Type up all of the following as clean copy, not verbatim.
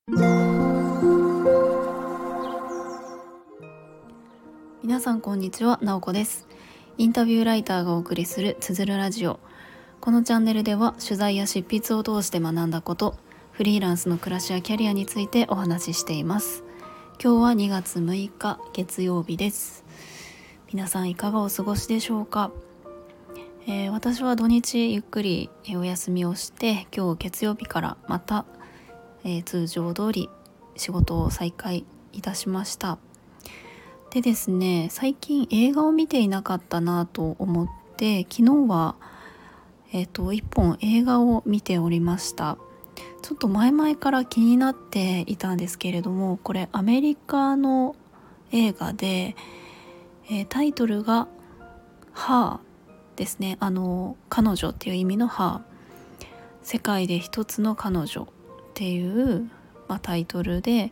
皆さんこんにちは、なおこです。インタビューライターがお送りするつづるラジオ。このチャンネルでは取材や執筆を通して学んだこと、フリーランスの暮らしやキャリアについてお話ししています。今日は2月6日月曜日です。皆さんいかがお過ごしでしょうか。私は土日ゆっくりお休みをして、今日月曜日からまた、通常通り仕事を再開いたしました。でですね、最近映画を見ていなかったなと思って、昨日は一本映画を見ておりました。ちょっと前々から気になっていたんですけれども、これアメリカの映画で、タイトルがハーですね。彼女っていう意味のハー、世界で一つの彼女っていう、タイトルで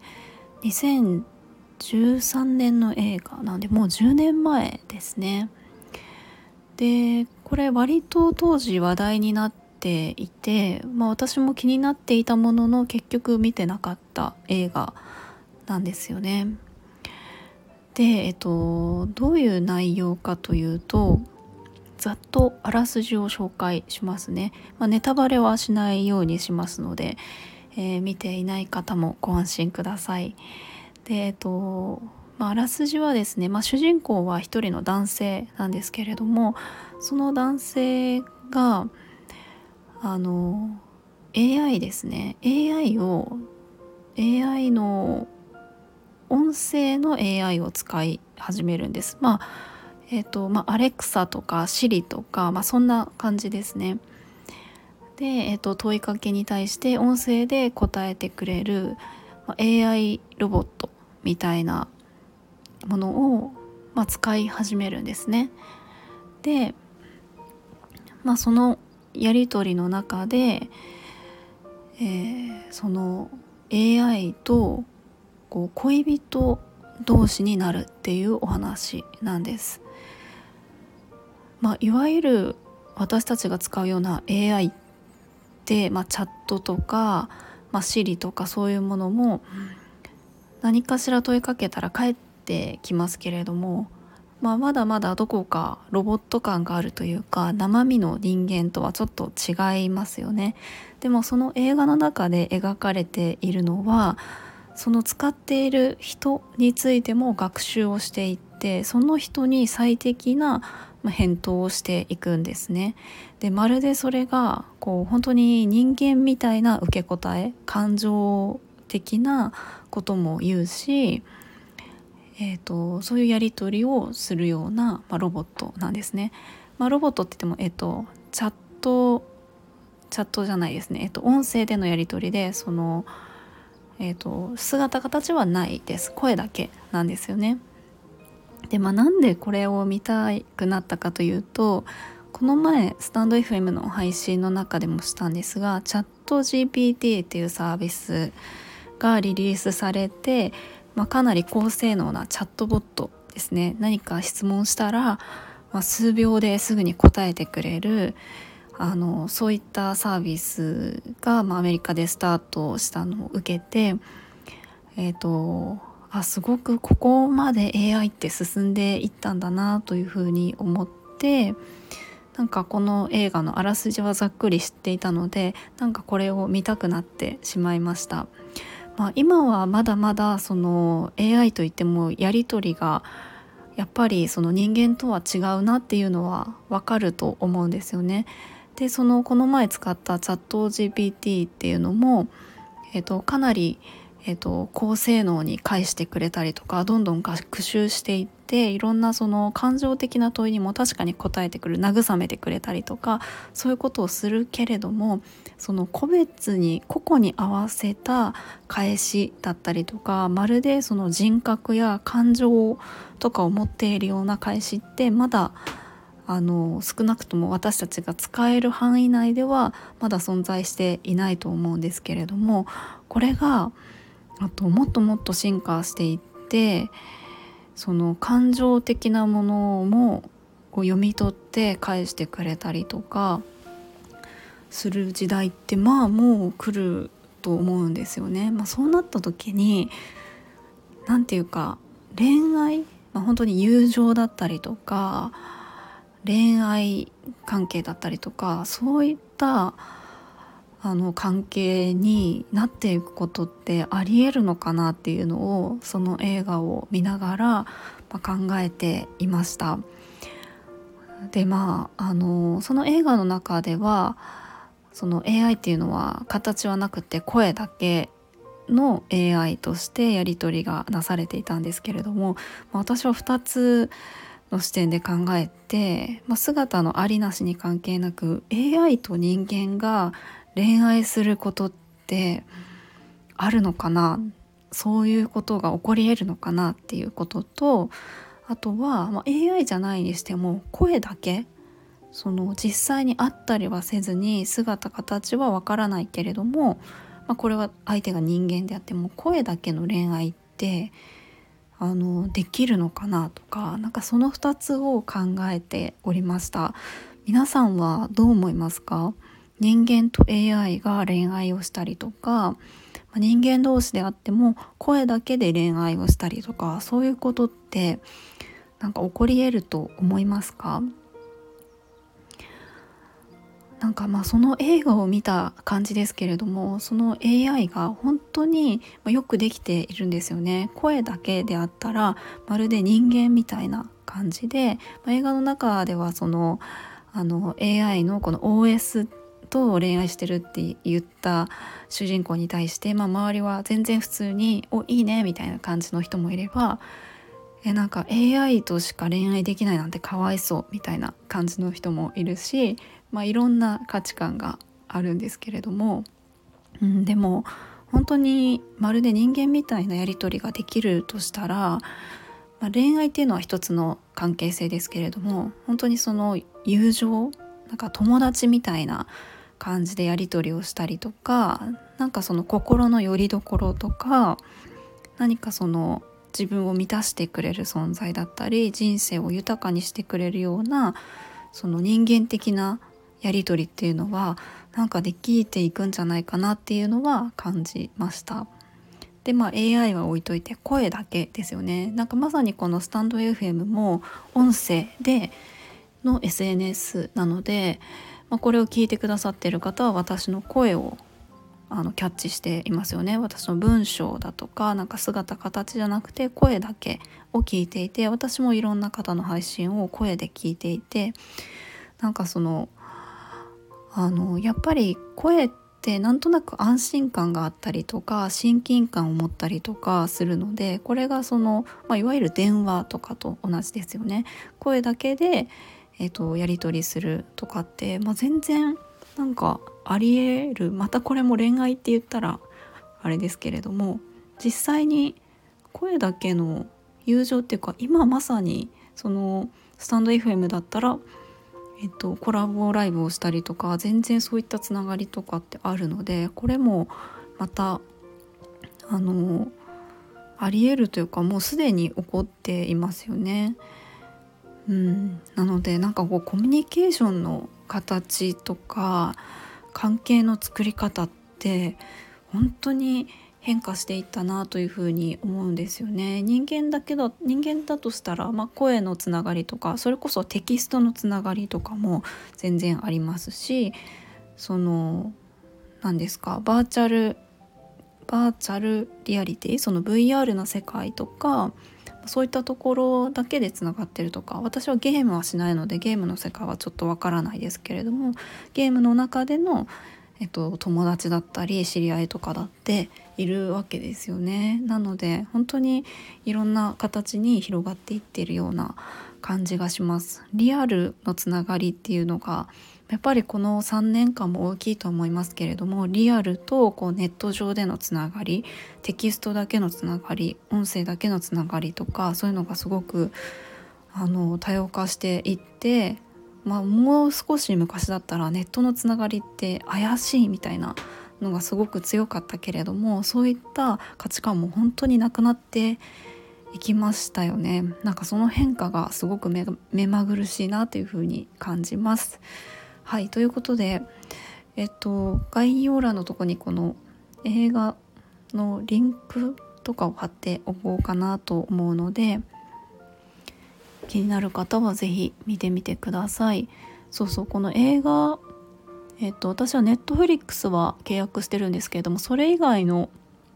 2013年の映画なんで、もう10年前ですね。でこれ割と当時話題になっていて、私も気になっていたものの結局見てなかった映画なんですよね。で、どういう内容かというと、ざっとあらすじを紹介しますね。ネタバレはしないようにしますので、見ていない方もご安心ください。で、あらすじはですね、主人公は一人の男性なんですけれども、その男性がAI ですね、 AI の音声の AI を使い始めるんです。アレクサとかシリとか、そんな感じですね。で、問いかけに対して音声で答えてくれる、AI ロボットみたいなものを、使い始めるんですね。で、そのやり取りの中で、その AI と恋人同士になるっていうお話なんです。いわゆる私たちが使うような AI って、チャットとか、Siri とかそういうものも何かしら問いかけたら返ってきますけれども、まだまだどこかロボット感があるというか、生身の人間とはちょっと違いますよね。でもその映画の中で描かれているのは、その使っている人についても学習をしていって、その人に最適な返答をしていくんですね。で、まるでそれが本当に人間みたいな受け答え、感情的なことも言うし、そういうやり取りをするような、ロボットなんですね。ロボットって言っても、チャットじゃないですね。音声でのやり取りで、その、姿形はないです。声だけなんですよね。で、なんでこれを見たくなったかというと、この前スタンド FM の配信の中でもしたんですが、チャット GPT っていうサービスがリリースされて、かなり高性能なチャットボットですね。何か質問したら、数秒ですぐに答えてくれる、そういったサービスが、アメリカでスタートしたのを受けて、すごくここまで AI って進んでいったんだなというふうに思って、この映画のあらすじはざっくり知っていたので、これを見たくなってしまいました。今はまだまだその AI といってもやり取りがやっぱりその人間とは違うなっていうのはわかると思うんですよね。で、この前使ったチャット GPT っていうのも、かなり、高性能に返してくれたりとか、どんどん学習していって、いろんなその感情的な問いにも確かに答えてくる、慰めてくれたりとか、そういうことをするけれども、その個別に個々に合わせた返しだったりとか、まるでその人格や感情とかを持っているような返しってまだ少なくとも私たちが使える範囲内ではまだ存在していないと思うんですけれども、これがもっともっと進化していって、その感情的なものも読み取って返してくれたりとかする時代ってもう来ると思うんですよね。そうなった時になんていうか恋愛、本当に友情だったりとか恋愛関係だったりとかそういった関係になっていくことってありえるのかなっていうのをその映画を見ながら、考えていました。でその映画の中ではその AI っていうのは形はなくて声だけの AI としてやり取りがなされていたんですけれども、私は2つの視点で考えて、姿のありなしに関係なく AI と人間が恋愛することってあるのかな、そういうことが起こり得るのかなっていうことと、あとは、AI じゃないにしても声だけ、その実際に会ったりはせずに姿形はわからないけれども、これは相手が人間であっても声だけの恋愛ってできるのかなとか、その2つを考えておりました。皆さんはどう思いますか？人間と AI が恋愛をしたりとか、人間同士であっても声だけで恋愛をしたりとか、そういうことって起こり得ると思いますか？その映画を見た感じですけれども、その AI が本当によくできているんですよね。声だけであったらまるで人間みたいな感じで、映画の中ではAI のこの OS と恋愛してるって言った主人公に対して、周りは全然普通に「お、いいね」みたいな感じの人もいれば、AI としか恋愛できないなんてかわいそうみたいな感じの人もいるし、いろんな価値観があるんですけれども、でも本当にまるで人間みたいなやり取りができるとしたら、恋愛っていうのは一つの関係性ですけれども、本当にその友情、友達みたいな感じでやり取りをしたりとか、その心の拠り所とか、その自分を満たしてくれる存在だったり、人生を豊かにしてくれるようなその人間的なやり取りっていうのはできていくんじゃないかなっていうのは感じました。でAI は置いといて声だけですよね。まさにこのスタンド FM も音声での SNS なので、これを聞いてくださっている方は私の声をキャッチしていますよね。私の文章だとか姿形じゃなくて声だけを聞いていて、私もいろんな方の配信を声で聞いていて、やっぱり声ってなんとなく安心感があったりとか親近感を持ったりとかするので、これがいわゆる電話とかと同じですよね。声だけで、やり取りするとかって、全然あり得る。またこれも恋愛って言ったらあれですけれども、実際に声だけの友情っていうか、今まさにそのスタンド FM だったらコラボライブをしたりとか、全然そういったつながりとかってあるので、これもまたあり得るというか、もうすでに起こっていますよね。なのでコミュニケーションの形とか関係の作り方って本当に変化していったなというふうに思うんですよね。人間だとしたら、声のつながりとか、それこそテキストのつながりとかも全然ありますし、何ですか、バーチャルリアリティ、その VR の世界とか、そういったところだけでつながってるとか、私はゲームはしないのでゲームの世界はちょっとわからないですけれども、ゲームの中での、友達だったり知り合いとかだっているわけですよね。なので本当にいろんな形に広がっていっているような感じがします。リアルのつながりっていうのがやっぱりこの3年間も大きいと思いますけれども、リアルとネット上でのつながり、テキストだけのつながり、音声だけのつながりとか、そういうのがすごく多様化していって、もう少し昔だったらネットのつながりって怪しいみたいなのがすごく強かったけれども、そういった価値観も本当になくなっていきましたよね。その変化がすごく目まぐるしいなというふうに感じます。はい、ということで、概要欄のとこにこの映画のリンクとかを貼っておこうかなと思うので、気になる方はぜひ見てみてください。そうそう、この映画、私はネットフリックスは契約してるんですけれども、それ以外の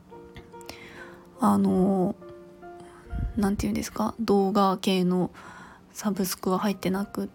なんていうんですか、動画系のサブスクは入ってなくって、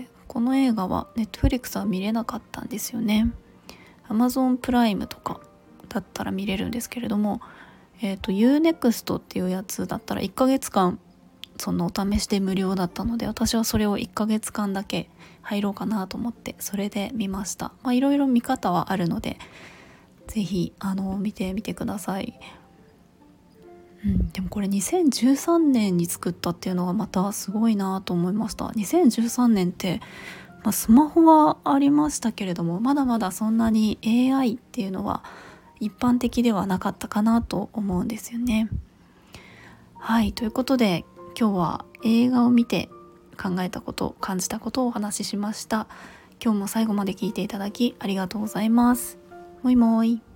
この映画はネットフリックスは見れなかったんですよね。Amazon プライムとかだったら見れるんですけれども、Unext っていうやつだったら1ヶ月間そのお試しで無料だったので、私はそれを1ヶ月間だけ入ろうかなと思ってそれで見ました。いろいろ見方はあるので、ぜひ見てみてください。でもこれ2013年に作ったっていうのがまたすごいなと思いました。2013年って、スマホはありましたけれども、まだまだそんなに AI っていうのは一般的ではなかったかなと思うんですよね。はい、ということで今日は映画を見て考えたこと、感じたことをお話ししました。今日も最後まで聞いていただきありがとうございます。もいもい。